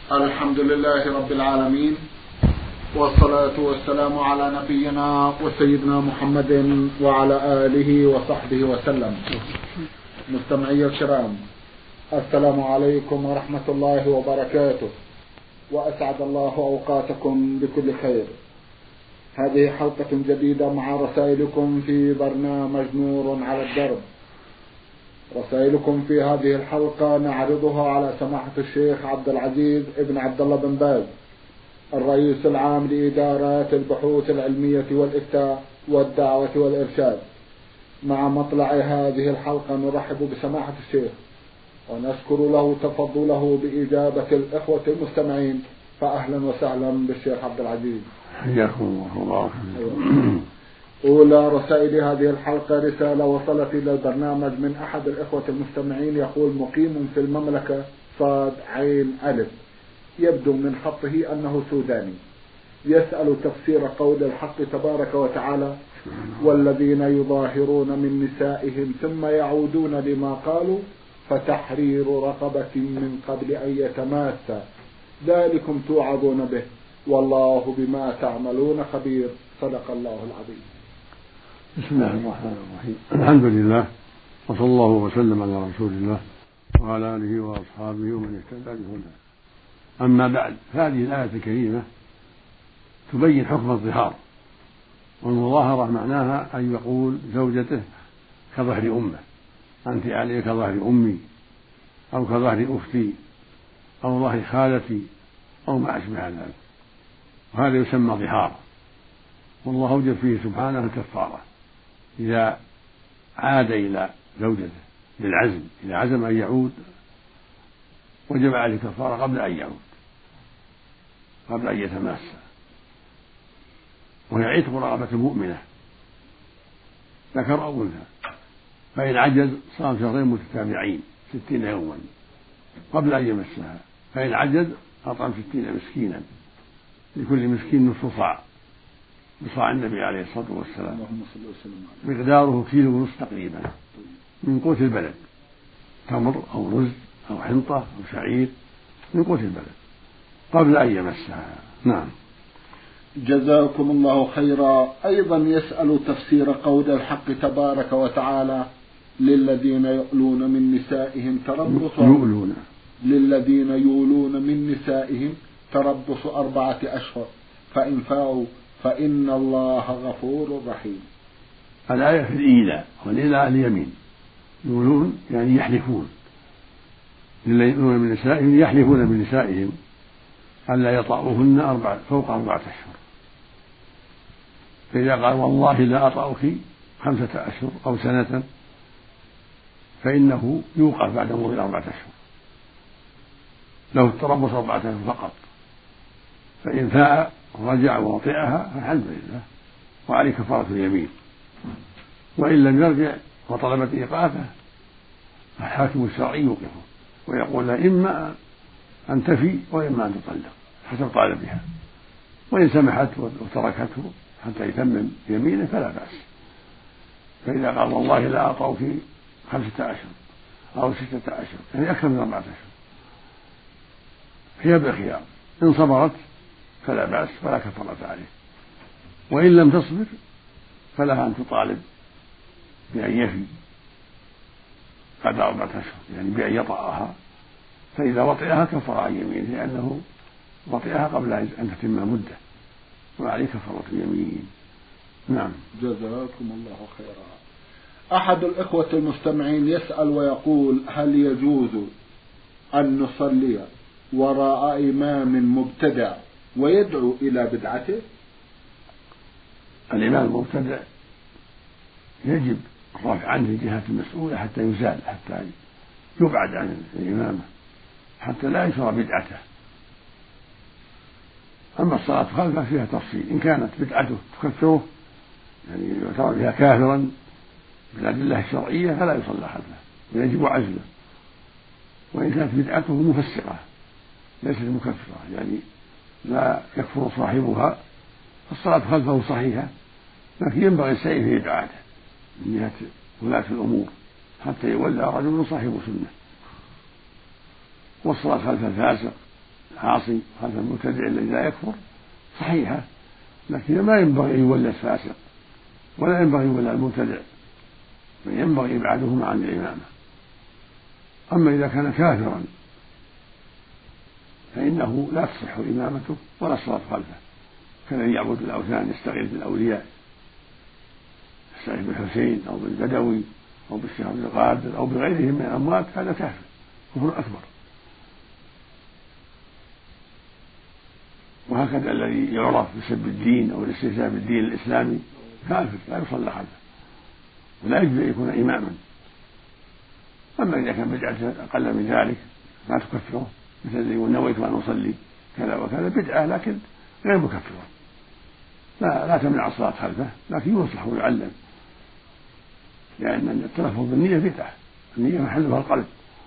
الحمد لله رب العالمين، والصلاة والسلام على نبينا وسيدنا محمد وعلى آله وصحبه وسلم. مستمعي الكرام، السلام عليكم ورحمة الله وبركاته، وأسعد الله أوقاتكم بكل خير. هذه حلقة جديدة مع رسائلكم في برنامج نور على الدرب. رسائلكم في هذه الحلقة نعرضها على سماحة الشيخ عبد العزيز ابن عبد الله بن باز، الرئيس العام لإدارات البحوث العلمية والإفتاء والدعوة والإرشاد. مع مطلع هذه الحلقة نرحب بسماحة الشيخ ونشكر له تفضله بإجابة الإخوة المستمعين، فأهلا وسهلا بالشيخ عبد العزيز. حياكم الله. أولى رسائل هذه الحلقة رسالة وصلت إلى البرنامج من أحد الإخوة المستمعين، يقول: مقيم في المملكة صاد عين ألف، يبدو من خطه أنه سوداني، يسأل تفسير قول الحق تبارك وتعالى: والذين يظاهرون من نسائهم ثم يعودون لما قالوا فتحرير رقبة من قبل أن يتماسا، ذلكم توعظون به والله بما تعملون خبير، صدق الله العظيم. بسم الله الرحمن الرحيم. الحمد لله، وصلى الله وسلم على رسول الله وعلى آله وأصحابه ومن اهتدى بهداه. أما بعد، فهذه الآية الكريمة تبين حكم الظهار، والمظاهرة معناها أن يقول زوجته كظهر أمه: أنت علي كظهر أمي، أو كظهر أختي، أو ظهر خالتي، أو ما أشبه ذلك، وهذا يسمى ظهار. والله أوجب فيه سبحانه الكفارة إذا عاد إلى زوجته بالعزم، إذا عزم أن يعود وجب عليه الكفارة قبل أن يعود، قبل أن يتماسى، وهي عتق رقبة مؤمنة ذكر أو أنثى، فإن عجز صام شهرين متتابعين 60 يوما قبل أن يمسها، فإن عجز أطعم 60 مسكينا، لكل مسكين نصف صاع، بصاع النبي عليه الصلاة والسلام، مقداره كيلو ونصف تقريبا من قوت البلد، تمر أو رز أو حنطة أو شعير من قوت البلد قبل أن يمسها. نعم. جزاكم الله خيرا. أيضا يسأل تفسير قول الحق تبارك وتعالى: للذين يؤلون من نسائهم للذين يولون من نسائهم تربص 4 أشهر فإن فاءوا فإن الله غفور رحيم. الآية في الإيلاء، والإيلاء اليمين، يولون يعني يحلفون، للذين يؤلون من نسائهم يحلفون بنسائهم ألا يطأوهن فوق 4 أشهر، فإذا قال والله لا أطأك 5 أشهر أو سنة فإنه يوقف بعد مرور 4 أشهر، له التربص 4 أشهر فقط، فإن فاء ورجع ووطئها فالحمد لله وعليه كفارة اليمين، وإن لم يرجع وطلبت إيقافه فالحاكم الشرعي يوقفه ويقول لها إما أن تفي وإما أن تطلق حسب طالبها، وإن سمحت وتركته حتى يتمم يمينه فلا بأس. فإذا قال والله لا أعطوك 5 أشهر أو 6 أشهر يعني أكثر من 4 أشهر هي بخيار، إن صبرت فلا بأس فلا كفارة عليه، وإن لم تصبر فلها أن تطالب بأن يفي بعد 4 أشهر، يعني بأن يطأها، فإذا وطئها كفر عن يمينه لأنه وطئها قبل أن تتم مدة، وعليه كفارة اليمين. نعم. جزاكم الله خيرا. أحد الإخوة المستمعين يسأل ويقول: هل يجوز أن نصلي وراء إمام مبتدع ويدعو إلى بدعته؟ الإمام المبتدع يجب الرفع عنه الجهات المسؤولة حتى يزال، حتى يبعد عن الإمامة، حتى لا يشرع بدعته. أما الصلاة خلفه فيها تفصيل، إن كانت بدعته تكفره يعني يعتبر بها كافرا بالأدلة الشرعية فلا يصلى خلفه ويجب عزله، وإن كانت بدعته مفسرة ليست مكفرة يعني لا يكفر صاحبها فالصلاة خلفه صحيحة، لكن ينبغي السعي في إبعاده من جهة ولاة الأمور حتى يولى رجل صاحب سنة، والصلاة خلف الفاسق عاصي خلف المبتدع الذي لا يكفر صحيحة، لكن ما ينبغي أن يولى الفاسق ولا ينبغي أن يولى المبتدع، بل ينبغي إبعادهما عن الإمامة. أما إذا كان كافرا فإنه لا تصح إمامته ولا الصلاة خلفه، كالذي يعبد الأوثان يستغيث بالأولياء، يستغيث بالحسين أو بالبدوي أو بالشيخ عبد القادر أو بغيرهم من الأموات، هذا كافر كفر أكبر. وهكذا الذي يعرف بسب الدين أو الاستهزاء بالدين الإسلامي كافر لا يصلى خلفه ولا يجوز أن يكون إماما. أما إذا كان بدعة أقل من ذلك لا تكفره، مثل الذي يقول نويت أن أصلي كذا وكذا، بدعة لكن غير مكفرة، لا تمنع الصلاة خلفه، لكن ينصح ويعلم، لأن التلفظ بالنية بدعة، النية محلها القلب.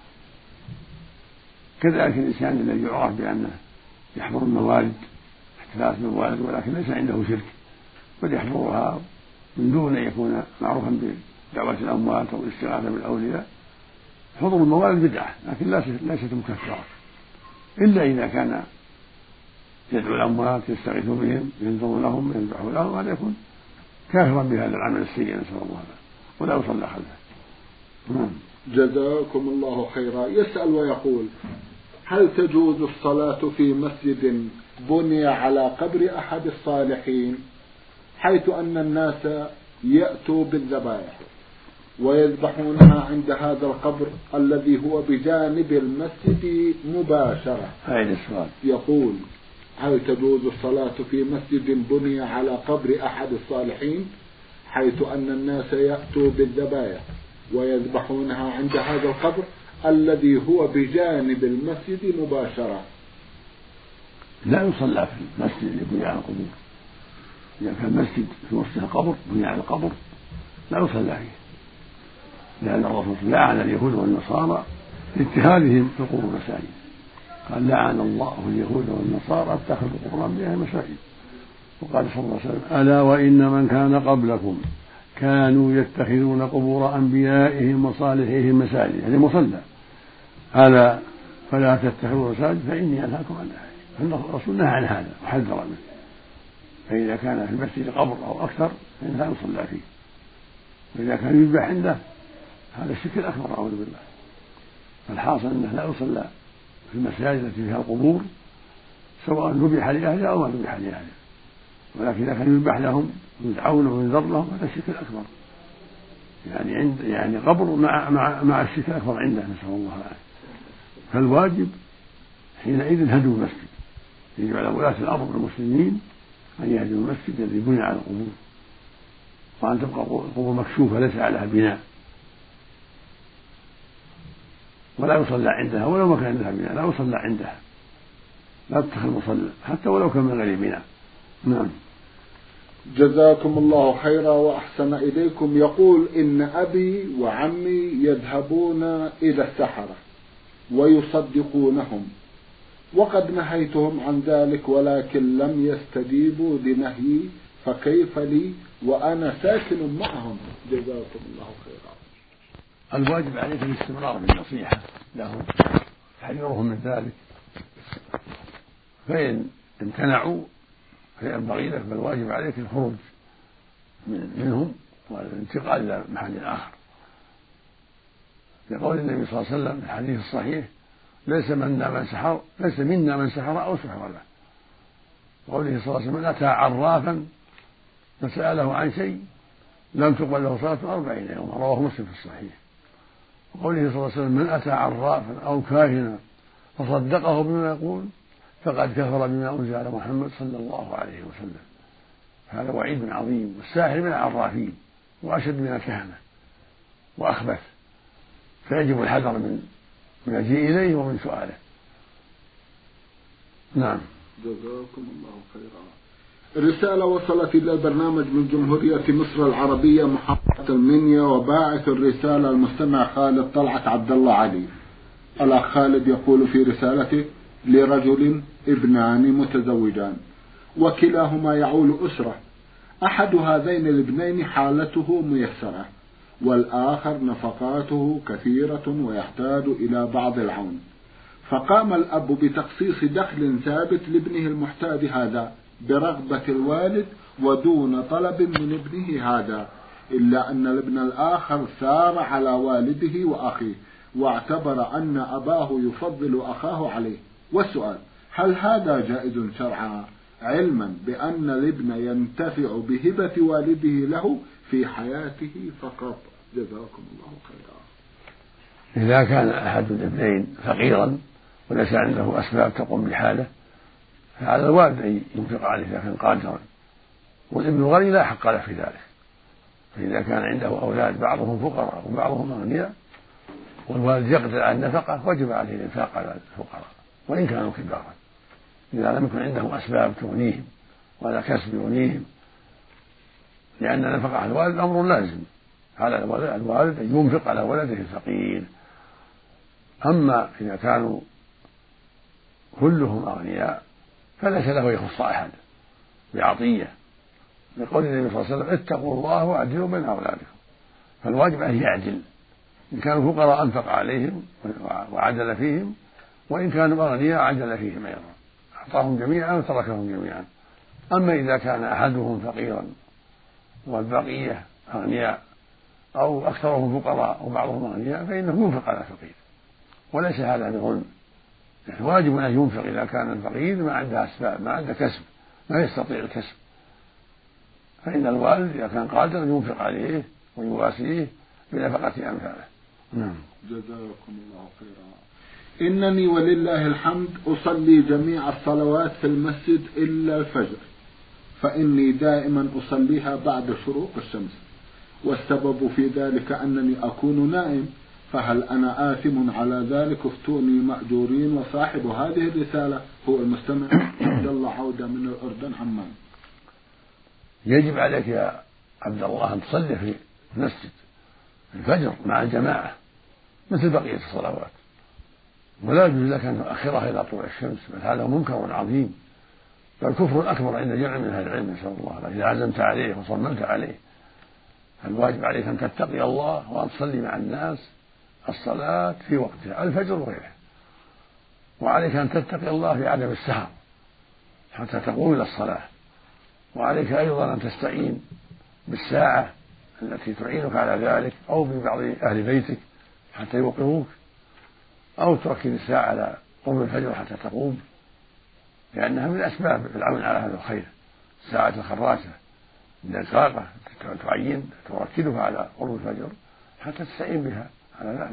كذلك الإنسان الذي يعرف بأنه يحضر الموالد احتفالات الموالد ولكن ليس عنده شرك، بل يحضرها من دون أن يكون معروفا بدعوة الأموات أو الاستغاثة بالأولياء، حضور الموالد بدعة لكن ليست مكفرة، إلا إذا كان يدعو الأموات يستغيث بهم ينذر لهم يذبح لهم، هذا يكون كافرا بهذا العمل السيء نسأل الله ولا يصلى خلفه. جزاكم الله خيرا. يسأل ويقول: هل تجوز الصلاة في مسجد بني على قبر أحد الصالحين، حيث أن الناس يأتوا بالذبائح ويذبحونها عند هذا القبر الذي هو بجانب المسجد مباشرة؟ يقول: هل تجوز الصلاة في مسجد بني على قبر أحد الصالحين حيث أن الناس يأتوا بالذبائح ويذبحونها عند هذا القبر الذي هو بجانب المسجد مباشرة؟ لا يصلى في المسجد اللي بني على القبور. إذا كان مسجد في وسط القبر بني على القبر لا يصلى فيه، لأن الرسول لعن اليهود والنصارى لاتخاذهم في القبور مساجد، قال: لعن الله اليهود والنصارى اتخذوا قبور أنبيائهم مساجد. وقال صلى الله عليه وسلم: ألا وإن من كان قبلكم كانوا يتخذون قبور أنبيائهم وصالحيهم مساجد، يعني مصلى، ألا فلا تتخذوا مساجد فإني أنهاكم عن ذلك. الرسول نهى عن هذا وحذر منه. فإذا كان في المسجد قبر أو أكثر فإنه لا يصلى فيه، وإذا كان يذبح عنده هذا الشرك الأكبر أعوذ بالله. فالحاصل أنه لا يصلى في المساجد التي فيها القبور سواء ذبح لأهلها أو ما ذبح لأهلها، ولكن إذا كان يذبح لهم ويدعون وينذر لهم هذا الشرك الأكبر، يعني قبر مع الشرك الأكبر عنده نسأل الله العافية. فالواجب حينئذ هدم المسجد، يجب على ولاة الأمر المسلمين أن يهدموا المسجد الذي بني على القبور، وأن تبقى القبور مكشوفة ليس عليها بناء، ولا يصلى عندها ولو ما كان عندها بناء، لا يصلى عندها، لا تتخذ مصلى حتى ولو كان من غير بناء. نعم. جزاكم الله خيرا وأحسن إليكم. يقول: إن أبي وعمي يذهبون إلى السحرة ويصدقونهم، وقد نهيتهم عن ذلك ولكن لم يستجيبوا لنهيي، فكيف لي وأنا ساكن معهم؟ جزاكم الله خيرا. الواجب عليك الاستمرار بالنصيحة لهم، تحذيرهم من ذلك، فإن امتنعوا فينبغي لك، فالواجب عليك الخروج منهم والانتقال إلى محل آخر، لقول النبي صلى الله عليه وسلم في الحديث الصحيح: ليس منا من سحر أو سحر له. وقوله صلى الله عليه وسلم: من أتى عرافا فسأله عن شيء لم تقبل له صلاة 40 يوما، رواه مسلم في الصحيح. وقوله صلى الله عليه وسلم: من أتى عرافا أو كاهنا فصدقه بما يقول فقد كفر بما أنزل على محمد صلى الله عليه وسلم. هذا وعيد عظيم، والساحر من العرافين وأشد من الكهنة وأخبث، فيجب الحذر من المجيء إليه ومن سؤاله. نعم. جزاكم الله خيرا. رسالة وصلت إلى البرنامج من جمهورية مصر العربية محافظة المنيا، وباعث الرسالة المستمع خالد طلعت عبد الله علي. الأخ خالد يقول في رسالته: لرجل ابنان متزوجان وكلاهما يعول أسرة، أحد هذين الابنين حالته ميسرة والآخر نفقاته كثيرة ويحتاج إلى بعض العون، فقام الأب بتخصيص دخل ثابت لابنه المحتاج هذا برغبة الوالد ودون طلب من ابنه هذا، إلا أن الابن الآخر ثار على والده وأخيه واعتبر أن أباه يفضل أخاه عليه. والسؤال: هل هذا جائز شرعا، علما بأن الابن ينتفع بهبة والده له في حياته فقط؟ جزاكم الله خيرا. إذا كان أحد الابنين فقيرا وليس عنده أسباب تقوم بحاله فعلى الوالد أن ينفق عليه إذا كان قادرا، والابن غني لا حق له في ذلك. فإذا كان عنده أولاد بعضهم فقراء وبعضهم أغنياء والوالد يقدر على النفقة وجب عليه الإنفاق على الفقراء وإن كانوا كبارا، إذا لم يكن عندهم أسباب تغنيهم ولا كسب يغنيهم، لأن نفقة على الوالد أمر لازم على الوالد أن ينفق على ولده الفقير. أما إذا كانوا كلهم أغنياء فليس له يخص أحد بعطية، لقول النبي صلى الله عليه وسلم: اتقوا الله واعدلوا بين أولادكم. فالواجب أن يعدل، إن كانوا فقراء أنفق عليهم وعدل فيهم، وإن كانوا أغنياء عدل فيهم أيضا، أعطاهم جميعا وتركهم جميعا. أما إذا كان أحدهم فقيرا والبقية أغنياء أو أكثرهم فقراء وبعضهم أغنياء فإنه ينفق على الفقير، وليس هذا بظلم. الواجب أن ينفق إذا كان الفقير ما عنده أسباب، ما عنده كسب، ما يستطيع الكسب، فإن الوالد إذا كان قادر ينفق عليه ويواسيه بنفقة أمثاله. جزاكم الله خيرا. إنني ولله الحمد أصلي جميع الصلوات في المسجد إلا الفجر، فإني دائما أصليها بعد شروق الشمس، والسبب في ذلك أنني أكون نائم، فهل أنا آثم على ذلك؟ افتوني مأجورين. وصاحب هذه الرسالة هو المستمع عبد الله عودة من الأردن عمان. يجب عليك يا عبد الله أن تصلي في المسجد الفجر مع الجماعة مثل بقية الصلوات، ولا يجوز لك أن تؤخرها إلى طلوع الشمس، بل هذا منكر عظيم، بل كفر أكبر عند جمع من أهل العلم، نسأل الله إذا عزمت عليه وصممت عليه. الواجب عليك أن تتقي الله وأن تصلي مع الناس الصلاة في وقتها، الفجر وغيره، وعليك أن تتقي الله في عدم السهر حتى تقوم إلى الصلاة، وعليك أيضا أن تستعين بالساعة التي تعينك على ذلك أو ببعض أهل بيتك حتى يوقظوك، أو تركز الساعة على قرب الفجر حتى تقوم، لأنها من أسباب العون على هذا الخير. الساعة الخراشة الدقاقة تعين تركزها على قرب الفجر حتى تستعين بها على ذلك.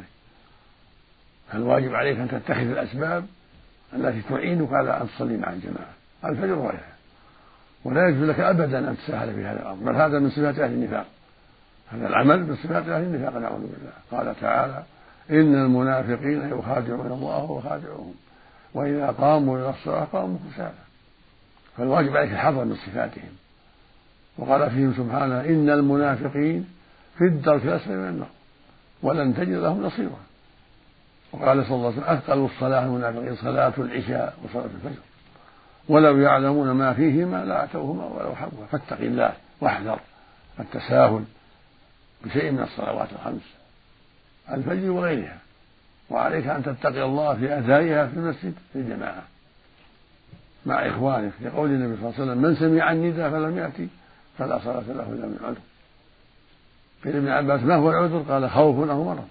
فالواجب عليك أن تتخذ الأسباب التي تعينك على أن تصلي مع الجماعة الفجر وغيرها، ولا يجوز لك أبدا أن تساهل في هذا الأمر، بل هذا من صفات أهل النفاق، هذا العمل من صفات أهل النفاق نعوذ بالله. قال تعالى: إن المنافقين يخادعون الله وخادعهم وإذا قاموا إلى الصلاة قاموا كسالى. فالواجب عليك الحذر من صفاتهم. وقال فيهم سبحانه: إن المنافقين في الدرك الأسفل من النار ولن تجد لهم نصيرا. وقال صلى الله عليه وسلم: أثقل الصلاة المنافقين صلاة العشاء وصلاة الفجر ولو يعلمون ما فيهما لأتوهما ولو حبوا. فاتق الله واحذر التساهل بشيء من الصلوات الخمس الفجر وغيرها، وعليك أن تتقي الله في أدائها في المسجد في الجماعة مع إخوانك، لقول النبي صلى الله عليه وسلم: من سمع النداء فلم يأتي فلا صلاة له إلا من عذر. قيل ابن عباس: ما هو العذر؟ قال: خوف أو مرض.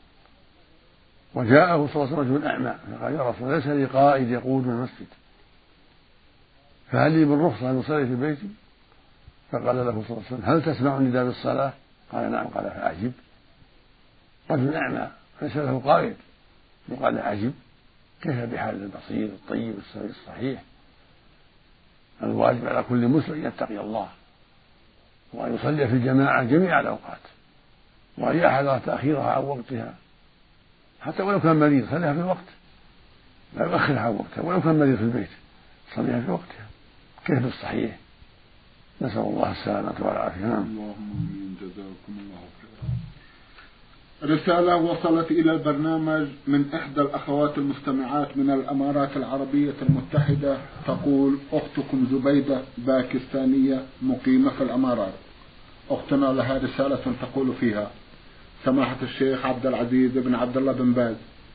وجاءه صلى الله عليه وسلم رجل أعمى فقال: يا رسول الله ليس لي قائد يقود من المسجد، فهل لي من رخصة أن أصلي في بيتي؟ فقال له صلى الله عليه وسلم: هل تسمع النداء بالصلاة؟ قال: نعم. قال: فأعجب. رجل أعمى ليس له قائد يقال: أعجب، كيف بحال البصير الطيب الصحيح؟ الواجب على كل مسلم أن يتقي الله وأن يصلي في الجماعة جميع الأوقات، وأن يحذر تأخيرها عن وقتها، حتى ولو كان مريض صليها في الوقت، لا يؤخرها عن وقتها، ولو كان مريض في البيت صليها في وقتها، كيف بالصحيح؟ نسأل الله السلامة والعافية. اللهم آمين. جزاكم الله خيرا. رسالة وصلت إلى البرنامج من إحدى الأخوات المستمعات من الأمارات العربية المتحدة، تقول: أختكم زبيدة باكستانية مقيمة في الأمارات. أختنا لها رسالة تقول فيها: سماحة الشيخ عبد العزيز بن عبد الله بن باز،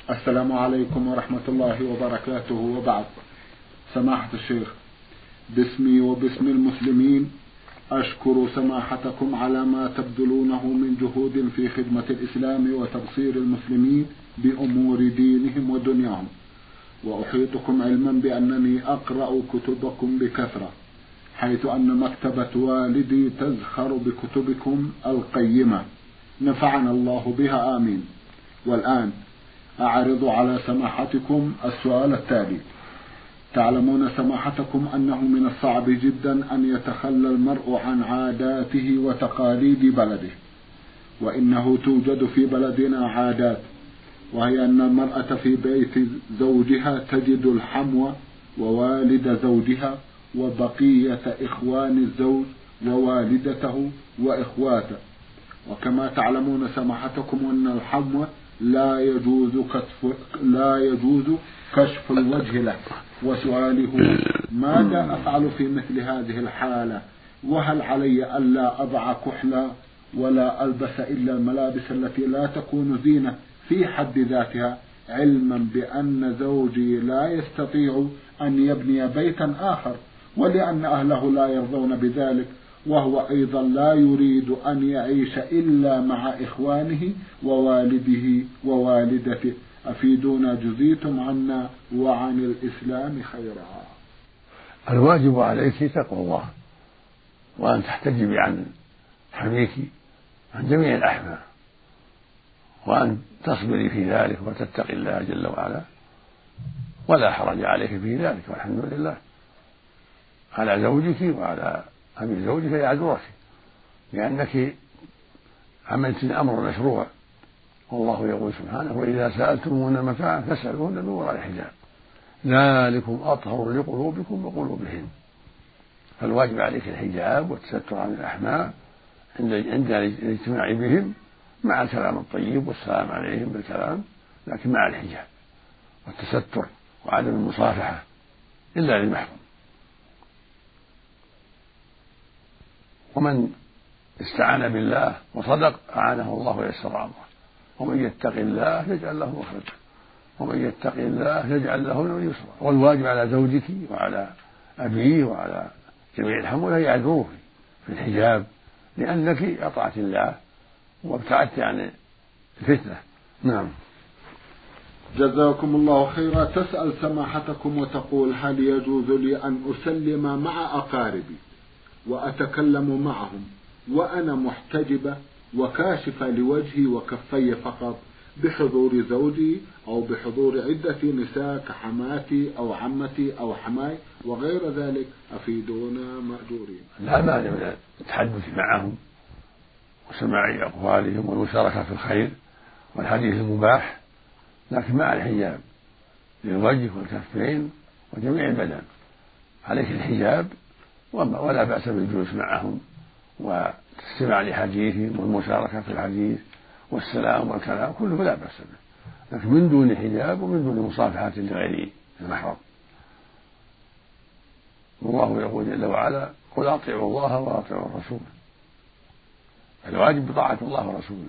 السلام عليكم ورحمة الله وبركاته، وبعد. سماحة الشيخ، باسمي وباسم المسلمين أشكر سماحتكم على ما تبذلونه من جهود في خدمة الإسلام وتبصير المسلمين بأمور دينهم ودنياهم، وأحيطكم علما بأنني أقرأ كتبكم بكثرة، حيث أن مكتبة والدي تزخر بكتبكم القيمة، نفعنا الله بها آمين. والآن أعرض على سماحتكم السؤال التالي. تعلمون سماحتكم أنه من الصعب جدا أن يتخلى المرء عن عاداته وتقاليد بلده، وإنه توجد في بلدنا عادات، وهي أن المرأة في بيت زوجها تجد الحمو ووالد زوجها وبقية إخوان الزوج ووالدته وإخواته. وكما تعلمون سماحتكم أن الحمو لا يجوز كشف الوجه له. وسؤالي هو: ماذا أفعل في مثل هذه الحالة؟ وهل علي ألا أضع كحلا ولا ألبس إلا الملابس التي لا تكون زينة في حد ذاتها، علما بأن زوجي لا يستطيع أن يبني بيتا آخر، ولأن أهله لا يرضون بذلك، وهو أيضا لا يريد أن يعيش إلا مع إخوانه ووالده ووالدته. أفيدونا جزيتم عنا وعن الإسلام خيرا. الواجب عليك تقوى الله، وأن تحتجبي عن حميك عن جميع الأحمى، وأن تصبري في ذلك وتتقي الله جل وعلا، ولا حرج عليك في ذلك، والحمد لله. على زوجك وعلى أبي زوجك يعذرك، لأنك عملت الأمر مشروع، والله يقول سبحانه: وإذا سألتموهن متاعا فاسألوهن من وراء الحجاب ذلكم أطهر لقلوبكم وقلوبهن. فالواجب عليك الحجاب والتستر عن الأحمى عند الاجتماع بهم، مع الكلام الطيب والسلام عليهم بالكلام، لكن مع الحجاب والتستر وعدم المصافحة إلا للمحرم. ومن استعان بالله وصدق أعانه الله ويسر أمره، ومن يتق الله يجعل له مخرجا، ومن يتق الله يجعل له من يسرا. والواجب على زوجك وعلى أبيه وعلى جميع الحمولة يعذروه في الحجاب، لأنك أطعت الله وابتعدت عن الفتنة. نعم. جزاكم الله خيرا. تسأل سماحتكم وتقول: هل يجوز لي أن أسلم مع أقاربي وأتكلم معهم وأنا محتجبة وكاشفة لوجهي وكفي فقط، بحضور زوجي أو بحضور عدة نساء كحماتي أو عمتي أو حماي وغير ذلك؟ أفيدونا مأجورين. لا مانع من التحدث معهم وسماع أقوالهم والمشاركة في الخير والحديث المباح، لكن مع الحجاب للوجه والكفين وجميع البدن. عليك الحجاب، ولا بأس بالجلوس معهم والاستماع لحديثهم والمشاركة في الحديث والسلام والكلام، كله لا بأس به، لكن من دون حجاب ومن دون مصافحة لغير المحرم. والله يقول جل وعلا: قل أطيعوا الله وأطيعوا الرسول. الواجب بطاعة الله ورسوله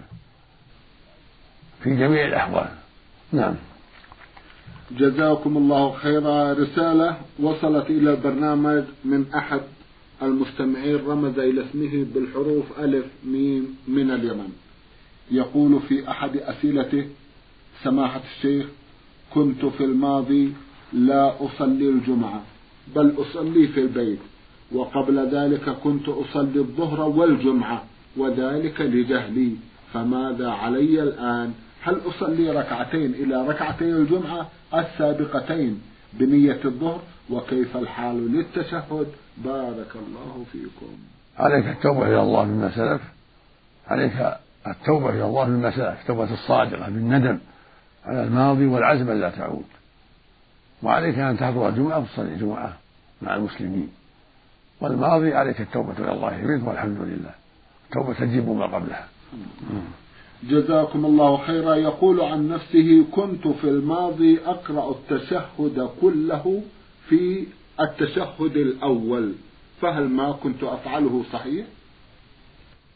في جميع الأحوال. نعم. جزاكم الله خيرا. رسالة وصلت إلى البرنامج من أحد المستمعين، رمز إلى اسمه بالحروف ألف ميم من اليمن. يقول في أحد أسئلته: سماحة الشيخ، كنت في الماضي لا أصلي الجمعة بل أصلي في البيت، وقبل ذلك كنت أصلي الظهر والجمعة، وذلك لجهلي، فماذا علي الآن؟ هل أصلي ركعتين إلى ركعتي الجمعة السابقتين بنية الظهر؟ وكيف الحال للتشهد؟ بارك الله فيكم. عليك التوبة إلى الله مما سلف، عليك التوبة إلى الله مما سلف، التوبة الصادقة بالندم على الماضي والعزم لا تعود. وعليك أن تحضر الجمعة وتصلي الجمعة مع المسلمين، والماضي عليك التوبة إلى الله منه، والحمد لله، التوبة تجيب ما قبلها. جزاكم الله خيرا. يقول عن نفسه: كنت في الماضي أقرأ التشهد كله في التشهد الأول، فهل ما كنت أفعله صحيح؟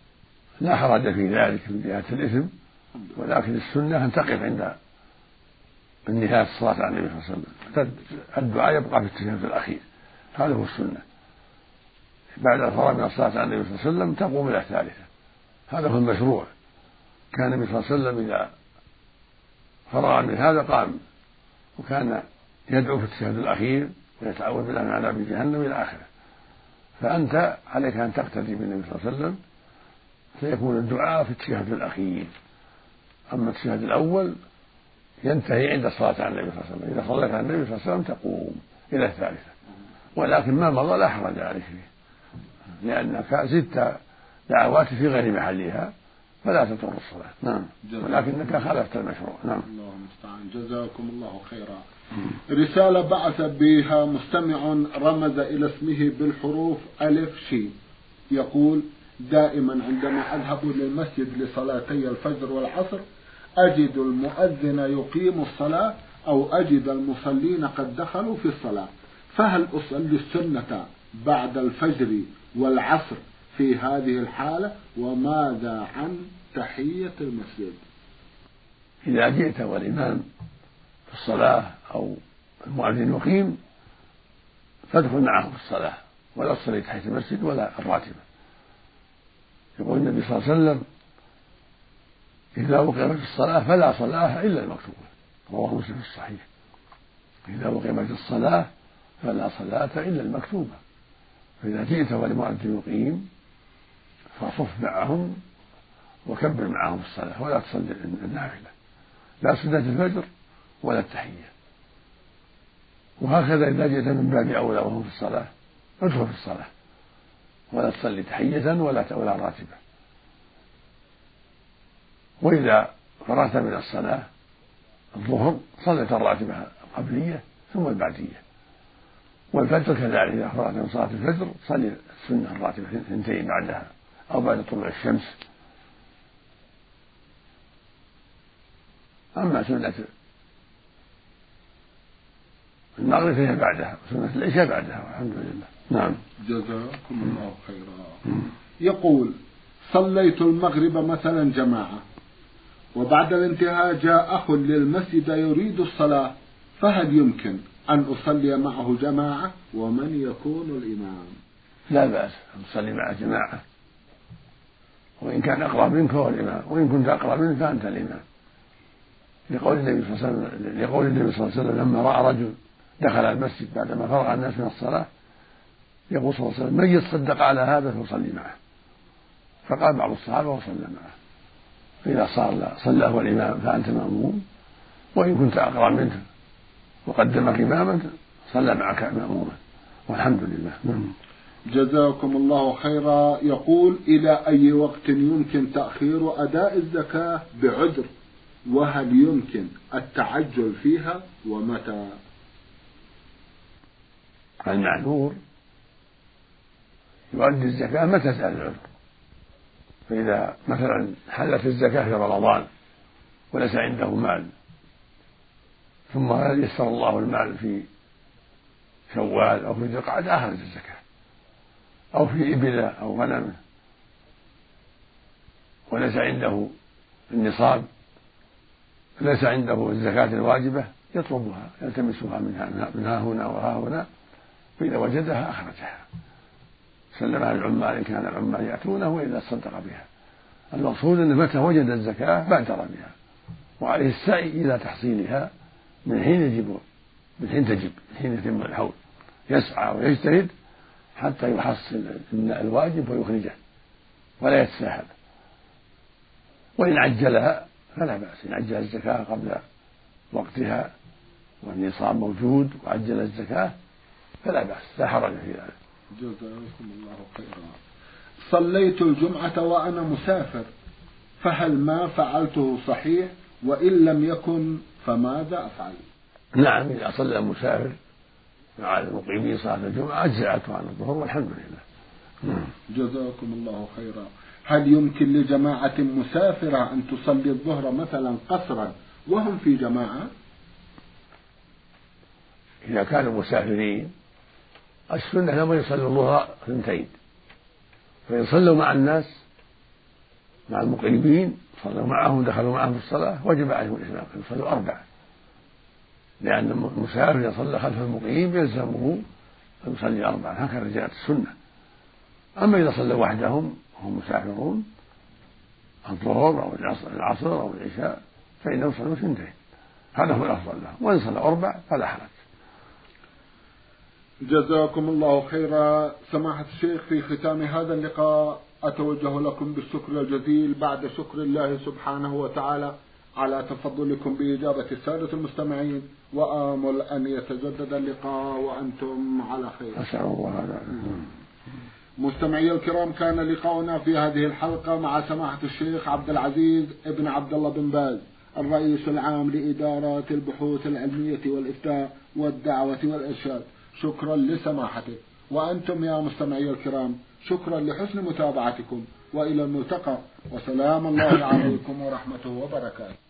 لا حرج في ذلك من جهة الإثم، ولكن السنة أن تقف عند نهاية الصلاة على النبي صلى الله عليه وسلم، الدعاء يبقى في التشهد الأخير، هذا هو السنة. بعد الفراغ من الصلاة على النبي صلى الله عليه وسلم تقوم إلى الثالثة، هذا هو المشروع. كان النبي صلى الله عليه وسلم إذا فرغ من هذا قام وكان يدعو في التشهد الأخير ويتعوذ بالله من عذاب جهنم إلى آخره. فأنت عليك أن تقتدي بالنبي صلى الله عليه وسلم، فيكون الدعاء في التشهد الأخير. أما التشهد الأول ينتهي عند الصلاة على النبي صلى الله عليه وسلم، إذا صليت على النبي صلى الله عليه وسلم تقوم إلى الثالثة، ولكن ما مضى لا حرج عليك فيه، لأنك زدت دعوات في غير محلها فلا تضر الصلاة. نعم، ولكنك خالفت المشروع. نعم. الله المستعان، جزاكم الله خيرا. رسالة بعث بها مستمع رمز إلى اسمه بالحروف ألف شين، يقول: دائما عندما أذهب للمسجد لصلاتي الفجر والعصر أجد المؤذن يقيم الصلاة أو أجد المصلين قد دخلوا في الصلاة، فهل أصلي السنة بعد الفجر والعصر في هذه الحالة؟ وماذا عن تحية المسجد؟ إذا جئت والإمام في الصلاة أو المؤذن يقيم فادخل معه في الصلاة ولا تصلي تحية المسجد ولا الراتبة. يقول النبي صلى الله عليه وسلم: إذا أقيمت الصلاة فلا صلاة إلا المكتوبة، رواه مسلم في الصحيح. إذا أقيمت الصلاة فلا صلاة إلا المكتوبة. فإذا جئت والمؤذن يقيم فصف معهم وكبر معهم الصلاة ولا تصلي النافلة، لا سنة الفجر ولا التحية. وهكذا إذا جئت من باب أولى وهم في الصلاة ادخل في الصلاة ولا تصلي تحية ولا راتبة. وإذا فرغت من الصلاة الظهر صليت الراتبة القبلية ثم البعدية، والفجر كذلك إذا فرغت من صلاة الفجر صلي السنة الراتبة ثنتين بعدها أو بعد طلوع الشمس. أما سنة المغرب فهي بعدها، وسنة العشاء بعدها، والحمد لله. نعم. جزاكم الله خيرا. يقول: صليت المغرب مثلا جماعة، وبعد الانتهاء جاء أخ للمسجد يريد الصلاة، فهل يمكن أن أصلي معه جماعة؟ ومن يكون الإمام؟ لا بأس أن تصلي مع جماعة، وإن كان أقرب منك هو الإمام، وإن كنت أقرب منك فأنت الإمام، لقول النبي صلى الله عليه وسلم لما رأى رجل دخل المسجد بعدما فرغ الناس من الصلاة يقول صلى الله عليه وسلم: من يتصدق على هذا فيصلي معه. فقال بعض الصحابة وصلى معه. فإذا صلى هو الإمام فأنت مأموم، وإن كنت أقرب منه وقدمك إماما صلى معك مأموما، والحمد لله. جزاكم الله خيرا. يقول: إلى أي وقت يمكن تأخير أداء الزكاة بعذر؟ وهل يمكن التعجل فيها؟ ومتى؟ المعذور يؤدي الزكاة متى زال العذر. فإذا مثلا حلت الزكاة في رمضان وليس عنده مال، ثم يسر الله المال في شوال أو في ذي القعدة أخرج الزكاة، أو في إبله أو غنمه وليس عنده النصاب، ليس عنده الزكاة الواجبة يطلبها يلتمسها منها هنا وها هنا، فإذا وجدها أخرجها سلمها للعمال إن كان العمال يأتونه، وإذا صدق بها. المقصود أنه متى وجد الزكاة بادر بها، وعليه السعي إلى تحصيلها من حين تجب، من حين يتم الحول، يسعى ويجتهد حتى يحصل الواجب ويخرجه ولا يتساهل. وإن عجلها فلا بأس، إن عجل الزكاة قبل وقتها والنصاب موجود وعجل الزكاة فلا بأس، لا حرج في ذلك. جزاكم الله خيرا. صليت الجمعة وأنا مسافر، فهل ما فعلته صحيح؟ وإن لم يكن فماذا أفعل؟ نعم، إذا صلى المسافر مع المقيمين صلاة الجمعة أجزأته عن الظهر والحمد لله. جزاكم الله خيرا. هل يمكن لجماعة مسافرة أن تصلي الظهر مثلا قصرا وهم في جماعة؟ إذا كانوا مسافرين السنة لما يصلوا الظهر ثنتين، فإن صلوا مع الناس مع المقيمين صلوا معهم دخلوا معهم في الصلاة وجب عليهم الإتمام، يصلوا 4. لأن المسافر إذا صلى خلف المقيم يلزمه أن يصلي 4 هكذا جاءت السنة. أما إذا صلى وحدهم وهم مسافرون الظهر أو العصر أو العشاء فإنهم يصلوا 2، هذا هو الأفضل لهم، وإن صلى 4 فلا حرج. جزاكم الله خيرا. سماحة الشيخ، في ختام هذا اللقاء أتوجه لكم بالشكر الجزيل بعد شكر الله سبحانه وتعالى على تفضلكم بإجابة السادة المستمعين، وآمل أن يتجدد اللقاء وأنتم على خير. أسأل الله هذا. مستمعي الكرام، كان لقاؤنا في هذه الحلقة مع سماحة الشيخ عبد العزيز ابن عبد الله بن باز، الرئيس العام لإدارات البحوث العلمية والإفتاء والدعوة والإرشاد. شكرا لسماحته، وأنتم يا مستمعي الكرام شكرا لحسن متابعتكم، وإلى الملتقى، وسلام الله عليكم ورحمته وبركاته.